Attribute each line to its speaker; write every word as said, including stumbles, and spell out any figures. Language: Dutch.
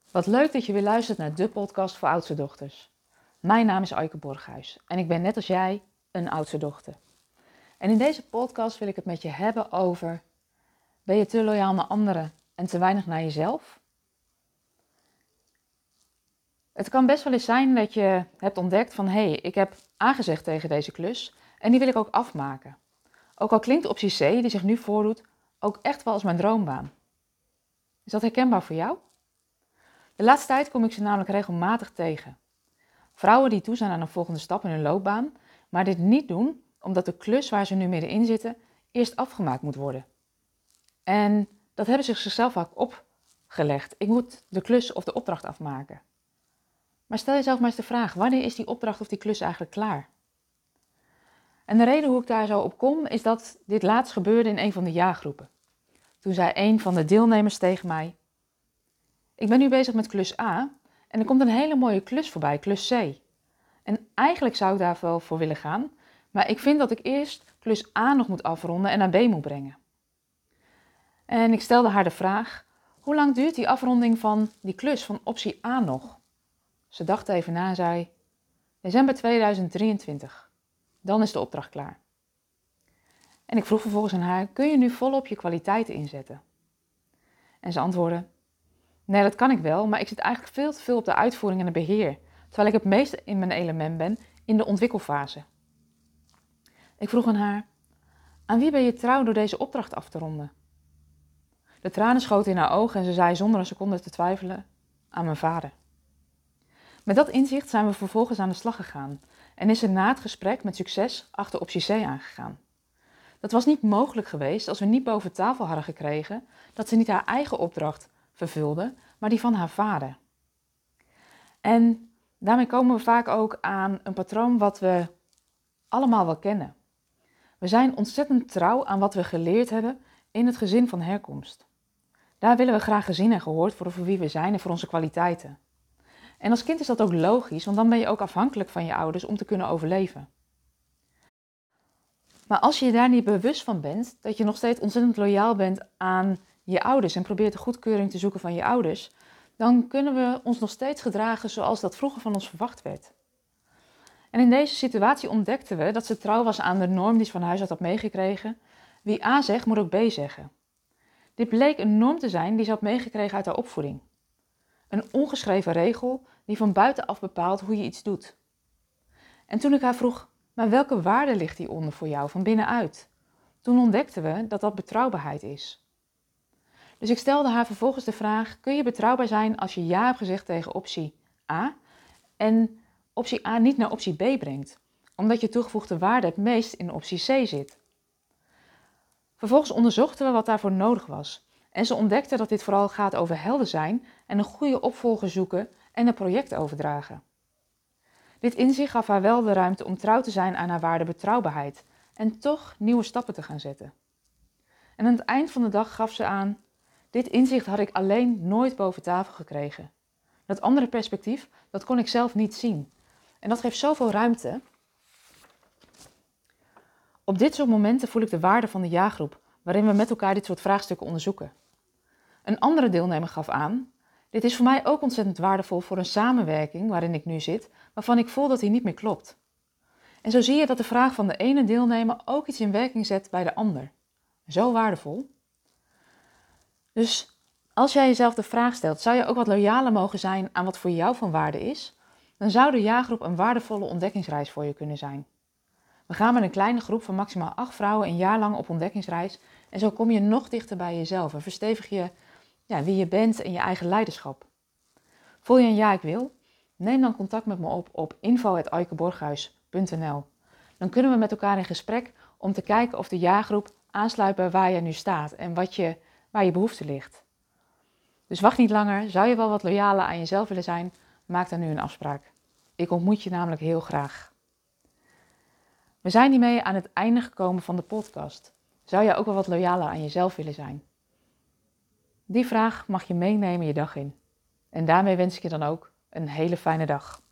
Speaker 1: Wat leuk dat je weer luistert naar de podcast voor oudste dochters. Mijn naam is Aike Borghuis en ik ben net als jij een oudste dochter. En in deze podcast wil ik het met je hebben over: ben je te loyaal naar anderen en te weinig naar jezelf? Het kan best wel eens zijn dat je hebt ontdekt van hé, hey, ik heb aangezegd tegen deze klus en die wil ik ook afmaken. Ook al klinkt optie C, die zich nu voordoet, ook echt wel als mijn droombaan. Is dat herkenbaar voor jou? De laatste tijd kom ik ze namelijk regelmatig tegen. Vrouwen die toe zijn aan een volgende stap in hun loopbaan, maar dit niet doen omdat de klus waar ze nu middenin zitten eerst afgemaakt moet worden. En dat hebben ze zichzelf vaak opgelegd. Ik moet de klus of de opdracht afmaken. Maar stel jezelf maar eens de vraag, wanneer is die opdracht of die klus eigenlijk klaar? En de reden hoe ik daar zo op kom is dat dit laatst gebeurde in een van de jaargroepen. Toen zei een van de deelnemers tegen mij: ik ben nu bezig met klus A en er komt een hele mooie klus voorbij, klus C. En eigenlijk zou ik daar wel voor willen gaan, maar ik vind dat ik eerst klus A nog moet afronden en naar B moet brengen. En ik stelde haar de vraag: hoe lang duurt die afronding van die klus van optie A nog? Ze dacht even na en zei: december tweeduizend drieëntwintig. Dan is de opdracht klaar. En ik vroeg vervolgens aan haar: kun je nu volop je kwaliteiten inzetten? En ze antwoordde: nee, dat kan ik wel, maar ik zit eigenlijk veel te veel op de uitvoering en het beheer, terwijl ik het meest in mijn element ben in de ontwikkelfase. Ik vroeg aan haar: aan wie ben je trouw door deze opdracht af te ronden? De tranen schoten in haar ogen en ze zei zonder een seconde te twijfelen: aan mijn vader. Met dat inzicht zijn we vervolgens aan de slag gegaan en is ze na het gesprek met succes achter optie C aangegaan. Dat was niet mogelijk geweest als we niet boven tafel hadden gekregen dat ze niet haar eigen opdracht vervulde, maar die van haar vader. En daarmee komen we vaak ook aan een patroon wat we allemaal wel kennen. We zijn ontzettend trouw aan wat we geleerd hebben in het gezin van herkomst. Daar willen we graag gezien en gehoord worden voor wie we zijn en voor onze kwaliteiten. En als kind is dat ook logisch, want dan ben je ook afhankelijk van je ouders om te kunnen overleven. Maar als je je daar niet bewust van bent, dat je nog steeds ontzettend loyaal bent aan je ouders en probeert de goedkeuring te zoeken van je ouders, dan kunnen we ons nog steeds gedragen zoals dat vroeger van ons verwacht werd. En in deze situatie ontdekten we dat ze trouw was aan de norm die ze van huis uit had meegekregen: wie A zegt, moet ook B zeggen. Dit bleek een norm te zijn die ze had meegekregen uit haar opvoeding. Een ongeschreven regel die van buitenaf bepaalt hoe je iets doet. En toen ik haar vroeg: maar welke waarde ligt hieronder voor jou van binnenuit? Toen ontdekten we dat dat betrouwbaarheid is. Dus ik stelde haar vervolgens de vraag: kun je betrouwbaar zijn als je ja hebt gezegd tegen optie A en optie A niet naar optie B brengt, omdat je toegevoegde waarde het meest in optie C zit? Vervolgens onderzochten we wat daarvoor nodig was en ze ontdekte dat dit vooral gaat over helder zijn en een goede opvolger zoeken en een project overdragen. Dit inzicht gaf haar wel de ruimte om trouw te zijn aan haar waarde betrouwbaarheid en toch nieuwe stappen te gaan zetten. En aan het eind van de dag gaf ze aan: dit inzicht had ik alleen nooit boven tafel gekregen. Dat andere perspectief, dat kon ik zelf niet zien. En dat geeft zoveel ruimte. Op dit soort momenten voel ik de waarde van de jaargroep, waarin we met elkaar dit soort vraagstukken onderzoeken. Een andere deelnemer gaf aan: dit is voor mij ook ontzettend waardevol voor een samenwerking waarin ik nu zit, waarvan ik voel dat die niet meer klopt. En zo zie je dat de vraag van de ene deelnemer ook iets in werking zet bij de ander. Zo waardevol. Dus als jij jezelf de vraag stelt: zou je ook wat loyaler mogen zijn aan wat voor jou van waarde is? Dan zou de jaargroep een waardevolle ontdekkingsreis voor je kunnen zijn. We gaan met een kleine groep van maximaal acht vrouwen een jaar lang op ontdekkingsreis en zo kom je nog dichter bij jezelf en verstevig je ja, wie je bent en je eigen leiderschap. Voel je een ja ik wil? Neem dan contact met me op op info at aikeborghuis punt n l. Dan kunnen we met elkaar in gesprek om te kijken of de jaargroep aansluit bij waar je nu staat en wat je, waar je behoefte ligt. Dus wacht niet langer. Zou je wel wat loyaler aan jezelf willen zijn? Maak dan nu een afspraak. Ik ontmoet je namelijk heel graag. We zijn hiermee aan het einde gekomen van de podcast. Zou jij ook wel wat loyaler aan jezelf willen zijn? Die vraag mag je meenemen je dag in. En daarmee wens ik je dan ook een hele fijne dag.